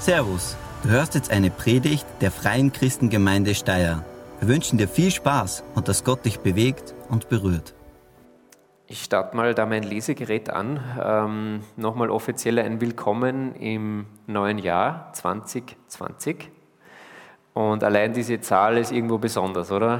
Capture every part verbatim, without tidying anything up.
Servus, du hörst jetzt eine Predigt der Freien Christengemeinde Steyr. Wir wünschen dir viel Spaß und dass Gott dich bewegt und berührt. Ich starte mal da mein Lesegerät an. Ähm, nochmal offiziell ein Willkommen im neuen Jahr zwanzig zwanzig. Und allein diese Zahl ist irgendwo besonders, oder?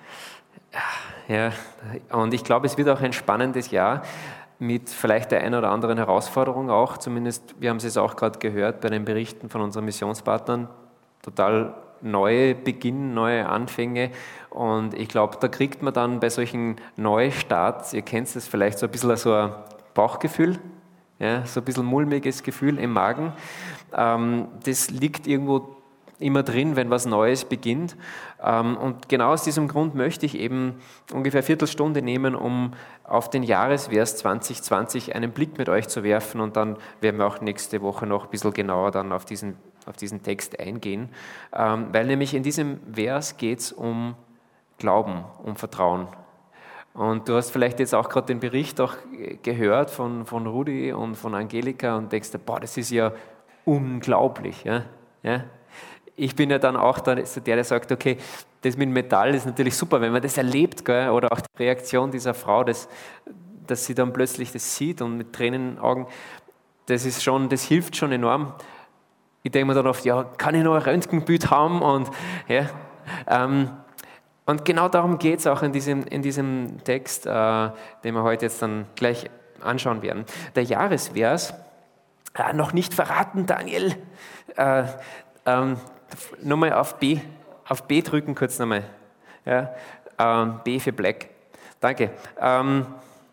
Ja, und ich glaube, es wird auch ein spannendes Jahr mit vielleicht der einen oder anderen Herausforderung auch. Zumindest, wir haben es jetzt auch gerade gehört bei den Berichten von unseren Missionspartnern. Total neue Beginn, neue Anfänge. Und ich glaube, da kriegt man dann bei solchen Neustarts, ihr kennt es vielleicht, so ein bisschen so ein Bauchgefühl, ja, so ein bisschen mulmiges Gefühl im Magen. Ähm, das liegt irgendwo immer drin, wenn was Neues beginnt. Und genau aus diesem Grund möchte ich eben ungefähr eine Viertelstunde nehmen, um auf den Jahresvers zwanzig zwanzig einen Blick mit euch zu werfen, und dann werden wir auch nächste Woche noch ein bisschen genauer dann auf diesen, auf diesen Text eingehen, weil nämlich in diesem Vers geht es um Glauben, um Vertrauen. Und du hast vielleicht jetzt auch gerade den Bericht auch gehört von, von Rudi und von Angelika und denkst, boah, das ist ja unglaublich. Ja? Ja? Ich bin ja dann auch der, der sagt, okay, das mit Metall ist natürlich super, wenn man das erlebt, gell? Oder auch die Reaktion dieser Frau, dass, dass sie dann plötzlich das sieht und mit Tränen in den Augen, das ist schon, das hilft schon enorm. Ich denke mir dann oft, ja, kann ich noch ein Röntgenbild haben? Und, ja, ähm, und genau darum geht es auch in diesem, in diesem Text, äh, den wir heute jetzt dann gleich anschauen werden. Der Jahresvers, äh, noch nicht verraten, Daniel, äh, ähm, nochmal auf B, auf B drücken kurz nochmal. Ja, ähm, B für Black. Danke. Ähm,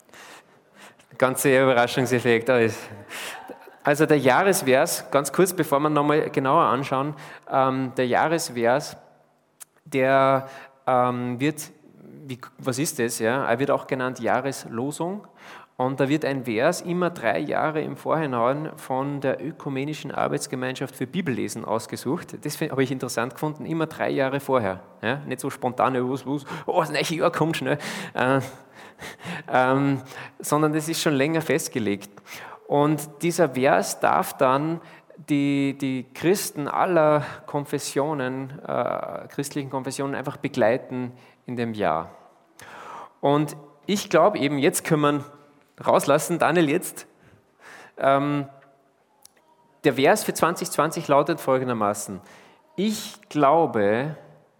ganze Überraschungseffekt. Also der Jahresvers, ganz kurz, bevor wir nochmal genauer anschauen, ähm, der Jahresvers, der ähm, wird, wie, was ist das? Ja? Er wird auch genannt Jahreslosung. Und da wird ein Vers immer drei Jahre im Vorhinein von der Ökumenischen Arbeitsgemeinschaft für Bibellesen ausgesucht. Das habe ich interessant gefunden, immer drei Jahre vorher. Ja? Nicht so spontan, oh, das neue Jahr kommt schnell. Äh, ähm, sondern das ist schon länger festgelegt. Und dieser Vers darf dann die, die Christen aller Konfessionen, äh, christlichen Konfessionen einfach begleiten in dem Jahr. Und ich glaube eben, jetzt können wir rauslassen, Daniel, jetzt. Ähm, der Vers für zwanzig zwanzig lautet folgendermaßen: Ich glaube,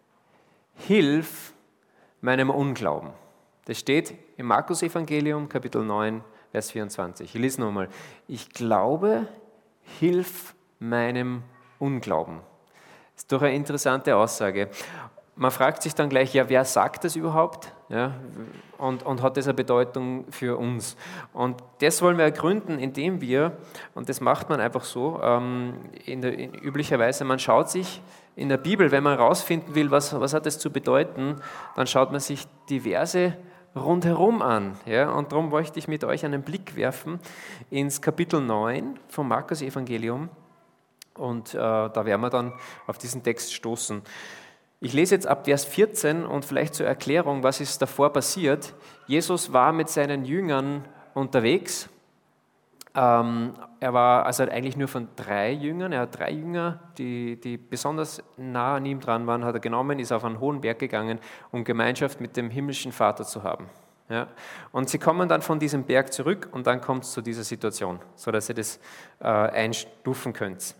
hilf meinem Unglauben. Das steht im Markus-Evangelium, Kapitel neun, Vers vierundzwanzig. Ich lese nochmal. Ich glaube, hilf meinem Unglauben. Das ist doch eine interessante Aussage. Man fragt sich dann gleich, ja, wer sagt das überhaupt? Ja, und, und hat das eine Bedeutung für uns? Und das wollen wir ergründen, indem wir, und das macht man einfach so, ähm, in der, in, üblicherweise, man schaut sich in der Bibel, wenn man herausfinden will, was, was hat das zu bedeuten, dann schaut man sich die Verse rundherum an. Ja? Und darum möchte ich mit euch einen Blick werfen ins Kapitel neun vom Markus-Evangelium, und äh, da werden wir dann auf diesen Text stoßen. Ich lese jetzt ab Vers vierzehn, und vielleicht zur Erklärung, was ist davor passiert. Jesus war mit seinen Jüngern unterwegs. Ähm, er war also eigentlich nur von drei Jüngern. Er hat drei Jünger, die, die besonders nah an ihm dran waren, hat er genommen, ist auf einen hohen Berg gegangen, um Gemeinschaft mit dem himmlischen Vater zu haben. Ja? Und sie kommen dann von diesem Berg zurück, und dann kommt es zu dieser Situation, sodass ihr das äh, einstufen könnt.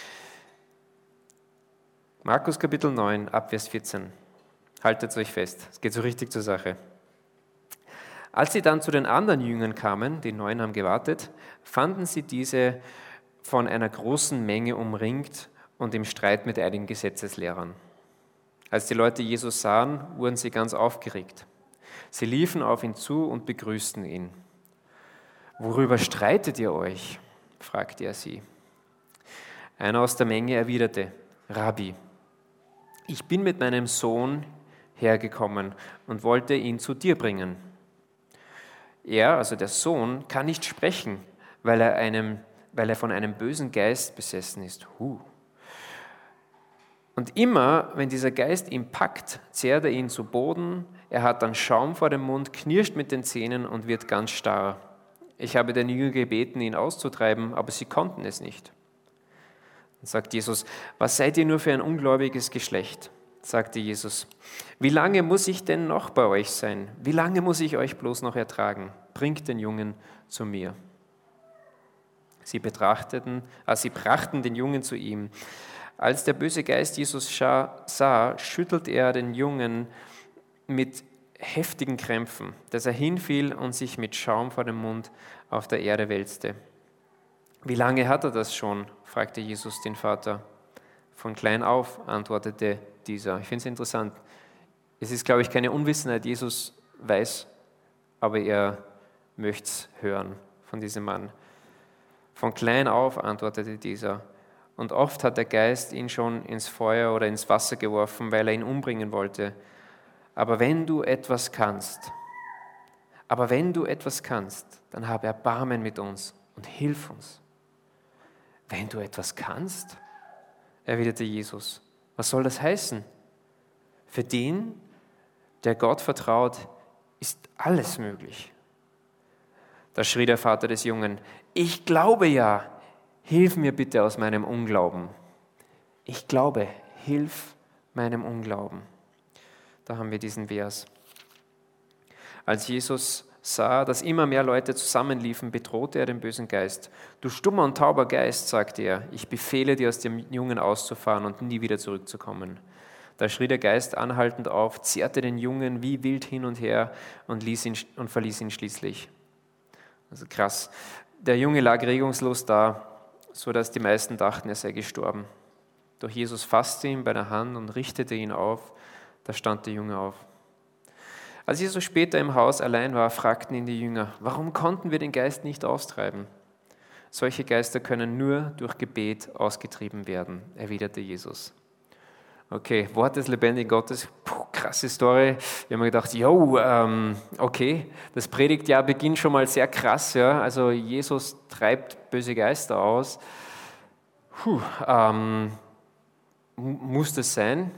Markus Kapitel neun, ab Vers vierzehn. Haltet euch fest, es geht so richtig zur Sache. Als sie dann zu den anderen Jüngern kamen, die neun haben gewartet, fanden sie diese von einer großen Menge umringt und im Streit mit einigen Gesetzeslehrern. Als die Leute Jesus sahen, wurden sie ganz aufgeregt. Sie liefen auf ihn zu und begrüßten ihn. »Worüber streitet ihr euch?« fragte er sie. Einer aus der Menge erwiderte, »Rabbi, ich bin mit meinem Sohn hergekommen und wollte ihn zu dir bringen. Er, also der Sohn, kann nicht sprechen, weil er, einem, weil er von einem bösen Geist besessen ist. Huh. Und immer, wenn dieser Geist ihn packt, zerrt er ihn zu Boden, er hat dann Schaum vor dem Mund, knirscht mit den Zähnen und wird ganz starr. Ich habe den Jünger gebeten, ihn auszutreiben, aber sie konnten es nicht. Dann sagt Jesus, was seid ihr nur für ein ungläubiges Geschlecht? Sagte Jesus, wie lange muss ich denn noch bei euch sein? Wie lange muss ich euch bloß noch ertragen? Bringt den Jungen zu mir. Sie betrachteten, äh, sie brachten den Jungen zu ihm. Als der böse Geist Jesus sah, schüttelte er den Jungen mit heftigen Krämpfen, dass er hinfiel und sich mit Schaum vor dem Mund auf der Erde wälzte. Wie lange hat er das schon? Fragte Jesus den Vater. Von klein auf, antwortete dieser. Ich finde es interessant. Es ist, glaube ich, keine Unwissenheit. Jesus weiß, aber er möchte es hören von diesem Mann. Von klein auf, antwortete dieser. Und oft hat der Geist ihn schon ins Feuer oder ins Wasser geworfen, weil er ihn umbringen wollte. Aber wenn du etwas kannst, aber wenn du etwas kannst, dann habe Erbarmen mit uns und hilf uns. Wenn du etwas kannst, erwiderte Jesus. Was soll das heißen? Für den, der Gott vertraut, ist alles möglich. Da schrie der Vater des Jungen, ich glaube ja, hilf mir bitte aus meinem Unglauben. Ich glaube, hilf meinem Unglauben. Da haben wir diesen Vers. Als Jesus sah, dass immer mehr Leute zusammenliefen, bedrohte er den bösen Geist. Du stummer und tauber Geist, sagte er, ich befehle dir, aus dem Jungen auszufahren und nie wieder zurückzukommen. Da schrie der Geist anhaltend auf, zerrte den Jungen wie wild hin und her und, ließ ihn, und verließ ihn schließlich. Also krass. Der Junge lag regungslos da, sodass die meisten dachten, er sei gestorben. Doch Jesus fasste ihn bei der Hand und richtete ihn auf. Da stand der Junge auf. Als Jesus später im Haus allein war, fragten ihn die Jünger, warum konnten wir den Geist nicht austreiben? Solche Geister können nur durch Gebet ausgetrieben werden, erwiderte Jesus. Okay, Wort des lebendigen Gottes, puh, krasse Story. Wir haben gedacht, jo, ähm, okay, das Predigtjahr beginnt schon mal sehr krass. Ja? Also Jesus treibt böse Geister aus. Puh, ähm, muss das sein?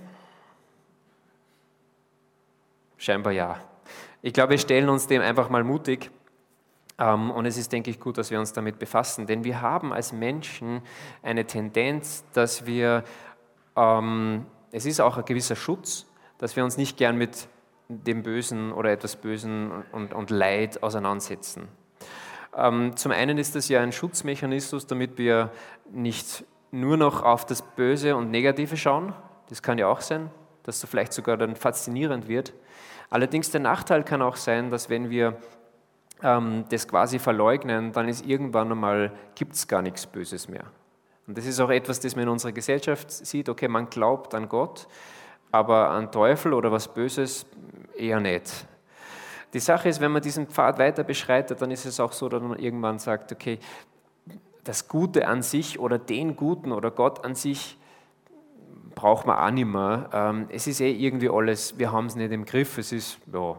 Scheinbar ja. Ich glaube, wir stellen uns dem einfach mal mutig. Ähm, und es ist, denke ich, gut, dass wir uns damit befassen. Denn wir haben als Menschen eine Tendenz, dass wir... Ähm, Es ist auch ein gewisser Schutz, dass wir uns nicht gern mit dem Bösen oder etwas Bösen und, und Leid auseinandersetzen. Ähm, zum einen ist das ja ein Schutzmechanismus, damit wir nicht nur noch auf das Böse und Negative schauen. Das kann ja auch sein, dass so vielleicht sogar dann faszinierend wird. Allerdings der Nachteil kann auch sein, dass wenn wir ähm, das quasi verleugnen, dann ist irgendwann einmal, gibt es gar nichts Böses mehr. Und das ist auch etwas, das man in unserer Gesellschaft sieht, okay, man glaubt an Gott, aber an Teufel oder was Böses eher nicht. Die Sache ist, wenn man diesen Pfad weiter beschreitet, dann ist es auch so, dass man irgendwann sagt, okay, das Gute an sich oder den Guten oder Gott an sich braucht man auch nicht mehr. Es ist eh irgendwie alles, wir haben es nicht im Griff, es ist ja,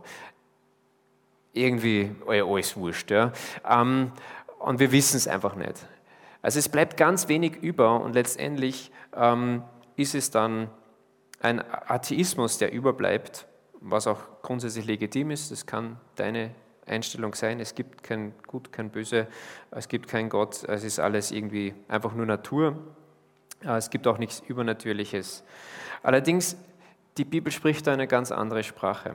irgendwie alles wurscht. Ja. Und wir wissen es einfach nicht. Also es bleibt ganz wenig über und letztendlich ähm, ist es dann ein Atheismus, der überbleibt, was auch grundsätzlich legitim ist. Das kann deine Einstellung sein. Es gibt kein Gut, kein Böse, es gibt keinen Gott, es ist alles irgendwie einfach nur Natur. Es gibt auch nichts Übernatürliches. Allerdings, die Bibel spricht da eine ganz andere Sprache.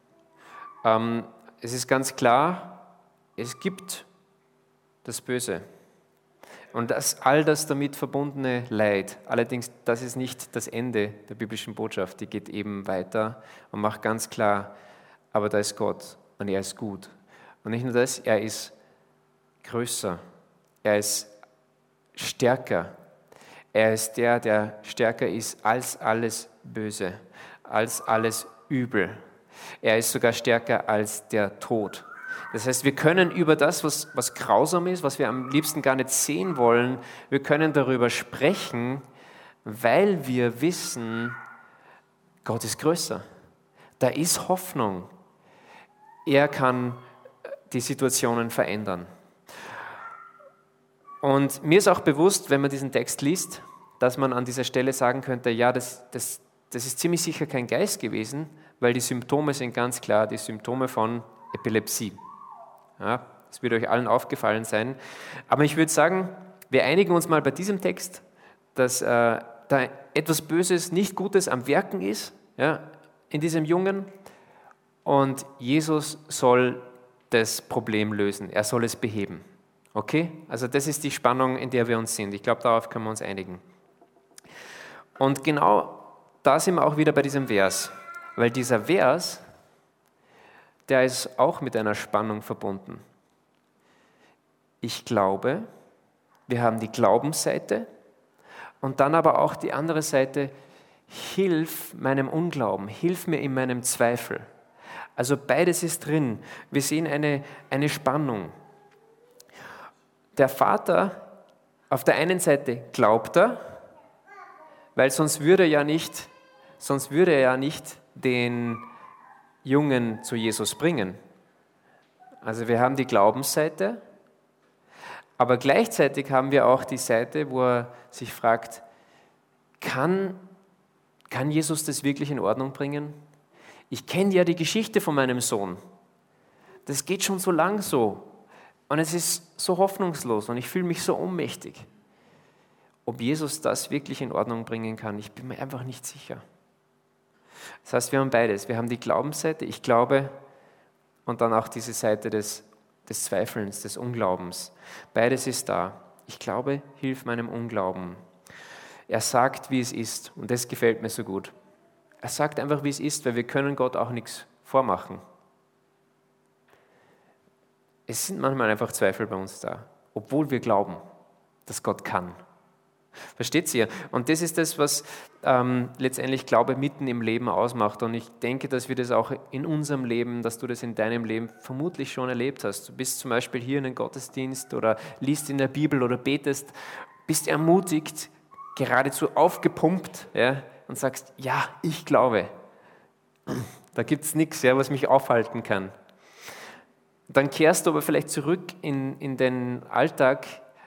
Ähm, es ist ganz klar, es gibt das Böse. Und das, all das damit verbundene Leid, allerdings, das ist nicht das Ende der biblischen Botschaft, die geht eben weiter und macht ganz klar, aber da ist Gott und er ist gut. Und nicht nur das, er ist größer, er ist stärker, er ist der, der stärker ist als alles Böse, als alles Übel. Er ist sogar stärker als der Tod. Das heißt, wir können über das, was, was grausam ist, was wir am liebsten gar nicht sehen wollen, wir können darüber sprechen, weil wir wissen, Gott ist größer. Da ist Hoffnung. Er kann die Situationen verändern. Und mir ist auch bewusst, wenn man diesen Text liest, dass man an dieser Stelle sagen könnte, ja, das, das, das ist ziemlich sicher kein Geist gewesen, weil die Symptome sind ganz klar, die Symptome von Epilepsie. Ja, das wird euch allen aufgefallen sein. Aber ich würde sagen, wir einigen uns mal bei diesem Text dass äh, da etwas Böses, nicht Gutes am Werken ist, ja, in diesem Jungen, und Jesus soll das Problem lösen, er soll es beheben. Okay? Also das ist die Spannung, in der wir uns sind. Ich glaube, darauf können wir uns einigen. Und genau da sind wir auch wieder bei diesem Vers, weil dieser Vers, der ist auch mit einer Spannung verbunden. Ich glaube, wir haben die Glaubensseite und dann aber auch die andere Seite, hilf meinem Unglauben, hilf mir in meinem Zweifel. Also beides ist drin. Wir sehen eine, eine Spannung. Der Vater, auf der einen Seite glaubt er, weil sonst würde er ja nicht, sonst würde er ja nicht den Jungen zu Jesus bringen. Also wir haben die Glaubensseite, aber gleichzeitig haben wir auch die Seite, wo er sich fragt, kann, kann Jesus das wirklich in Ordnung bringen? Ich kenne ja die Geschichte von meinem Sohn. Das geht schon so lang so. Und es ist so hoffnungslos und ich fühle mich so ohnmächtig. Ob Jesus das wirklich in Ordnung bringen kann, ich bin mir einfach nicht sicher. Das heißt, wir haben beides. Wir haben die Glaubensseite, ich glaube, und dann auch diese Seite des, des Zweifelns, des Unglaubens. Beides ist da. Ich glaube, hilf meinem Unglauben. Er sagt, wie es ist, und das gefällt mir so gut. Er sagt einfach, wie es ist, weil wir können Gott auch nichts vormachen. Es sind manchmal einfach Zweifel bei uns da, obwohl wir glauben, dass Gott kann. Versteht ihr? Und das ist das, was ähm, letztendlich Glaube mitten im Leben ausmacht. Und ich denke, dass wir das auch in unserem Leben, dass du das in deinem Leben vermutlich schon erlebt hast. Du bist zum Beispiel hier in einem Gottesdienst oder liest in der Bibel oder betest, bist ermutigt, geradezu aufgepumpt, ja, und sagst, ja, ich glaube. Da gibt es nichts, ja, was mich aufhalten kann. Dann kehrst du aber vielleicht zurück in, in den Alltag,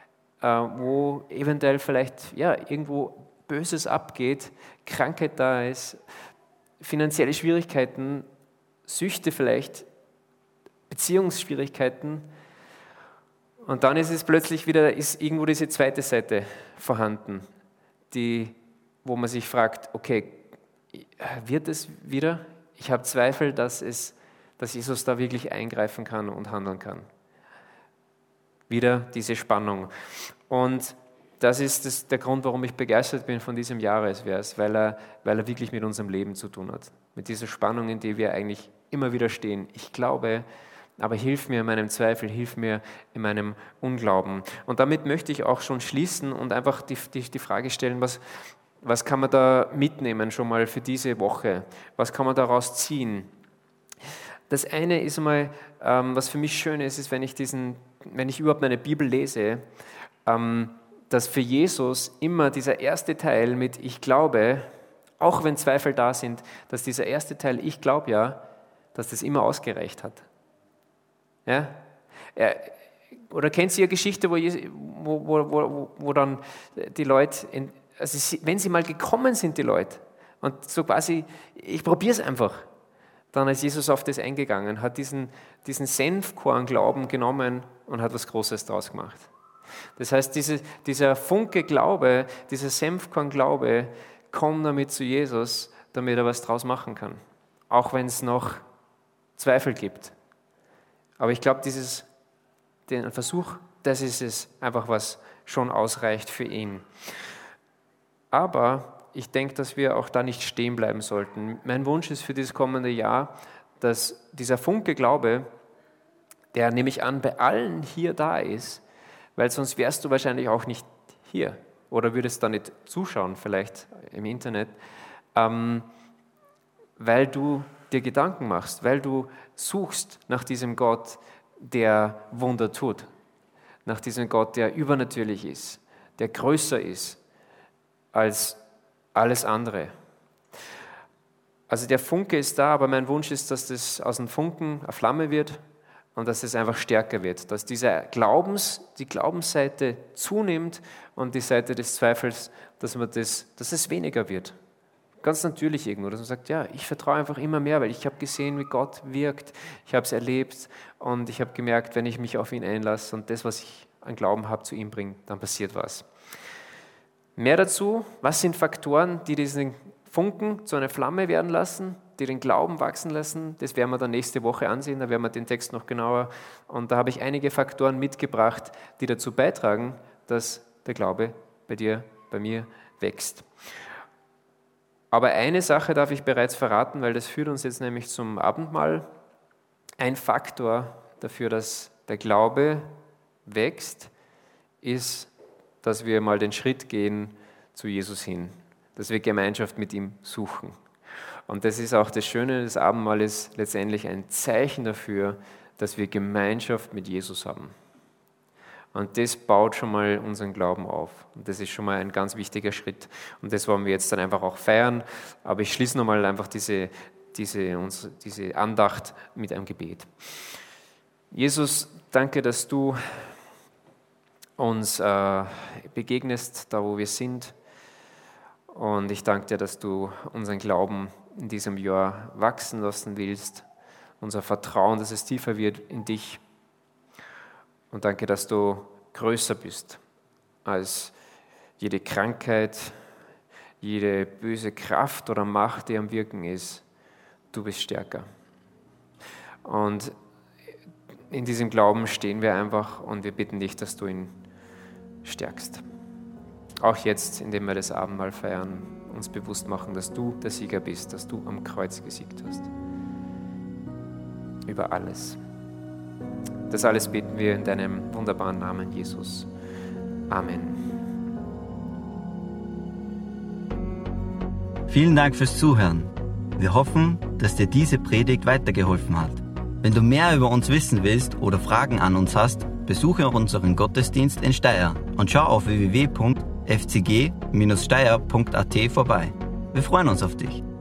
wo eventuell vielleicht ja, irgendwo Böses abgeht, Krankheit da ist, finanzielle Schwierigkeiten, Süchte vielleicht, Beziehungsschwierigkeiten. Und dann ist es plötzlich wieder, ist irgendwo diese zweite Seite vorhanden, die, wo man sich fragt, okay, wird es wieder? Ich habe Zweifel, dass, es, dass Jesus da wirklich eingreifen kann und handeln kann. Wieder diese Spannung. Und das ist das, der Grund, warum ich begeistert bin von diesem Jahresvers, weil er, weil er wirklich mit unserem Leben zu tun hat. Mit dieser Spannung, in der wir eigentlich immer wieder stehen. Ich glaube, aber hilf mir in meinem Zweifel, hilf mir in meinem Unglauben. Und damit möchte ich auch schon schließen und einfach die, die, die Frage stellen, was, was kann man da mitnehmen schon mal für diese Woche? Was kann man daraus ziehen? Das eine ist einmal, ähm, was für mich schön ist, ist, wenn ich, diesen, wenn ich überhaupt meine Bibel lese, ähm, dass für Jesus immer dieser erste Teil mit Ich glaube, auch wenn Zweifel da sind, dass dieser erste Teil Ich glaube ja, dass das immer ausgereicht hat. Ja? Er, oder kennt ihr eine Geschichte, wo, wo, wo, wo, wo dann die Leute, in, also wenn sie mal gekommen sind, die Leute, und so quasi, ich probiere es einfach, dann ist Jesus auf das eingegangen, hat diesen, diesen Senfkorn Glauben genommen und hat was Großes draus gemacht. Das heißt, diese, dieser Funke Glaube, dieser Senfkorn Glaube, kommt damit zu Jesus, damit er was draus machen kann. Auch wenn es noch Zweifel gibt. Aber ich glaube, dieses, den Versuch, das ist es einfach, was schon ausreicht für ihn. Aber ich denke, dass wir auch da nicht stehen bleiben sollten. Mein Wunsch ist für dieses kommende Jahr, dass dieser Funke Glaube, der nehme ich an, bei allen hier da ist, weil sonst wärst du wahrscheinlich auch nicht hier oder würdest da nicht zuschauen, vielleicht im Internet, ähm, weil du dir Gedanken machst, weil du suchst nach diesem Gott, der Wunder tut, nach diesem Gott, der übernatürlich ist, der größer ist als alles andere. Also der Funke ist da, aber mein Wunsch ist, dass das aus dem Funken eine Flamme wird und dass es einfach stärker wird, dass dieser Glaubens, die Glaubensseite zunimmt und die Seite des Zweifels, dass man das, dass es weniger wird. Ganz natürlich irgendwo, dass man sagt, ja, ich vertraue einfach immer mehr, weil ich habe gesehen, wie Gott wirkt, ich habe es erlebt und ich habe gemerkt, wenn ich mich auf ihn einlasse und das, was ich an Glauben habe, zu ihm bringe, dann passiert was. Mehr dazu, was sind Faktoren, die diesen Funken zu einer Flamme werden lassen, die den Glauben wachsen lassen, das werden wir dann nächste Woche ansehen, da werden wir den Text noch genauer. Und da habe ich einige Faktoren mitgebracht, die dazu beitragen, dass der Glaube bei dir, bei mir wächst. Aber eine Sache darf ich bereits verraten, weil das führt uns jetzt nämlich zum Abendmahl. Ein Faktor dafür, dass der Glaube wächst, ist, dass wir mal den Schritt gehen zu Jesus hin, dass wir Gemeinschaft mit ihm suchen. Und das ist auch das Schöne, das Abendmahl ist letztendlich ein Zeichen dafür, dass wir Gemeinschaft mit Jesus haben. Und das baut schon mal unseren Glauben auf. Und das ist schon mal ein ganz wichtiger Schritt. Und das wollen wir jetzt dann einfach auch feiern. Aber ich schließe nochmal einfach diese, diese, unsere, diese Andacht mit einem Gebet. Jesus, danke, dass du uns äh, begegnest, da wo wir sind. Und ich danke dir, dass du unseren Glauben in diesem Jahr wachsen lassen willst, unser Vertrauen, dass es tiefer wird in dich. Und danke, dass du größer bist als jede Krankheit, jede böse Kraft oder Macht, die am Wirken ist. Du bist stärker. Und in diesem Glauben stehen wir einfach und wir bitten dich, dass du ihn stärkst. Auch jetzt, indem wir das Abendmahl feiern, uns bewusst machen, dass du der Sieger bist, dass du am Kreuz gesiegt hast. Über alles. Das alles beten wir in deinem wunderbaren Namen, Jesus. Amen. Vielen Dank fürs Zuhören. Wir hoffen, dass dir diese Predigt weitergeholfen hat. Wenn du mehr über uns wissen willst oder Fragen an uns hast, besuche unseren Gottesdienst in Steyr und schau auf w w w punkt f c g Bindestrich steyr punkt a t vorbei. Wir freuen uns auf dich.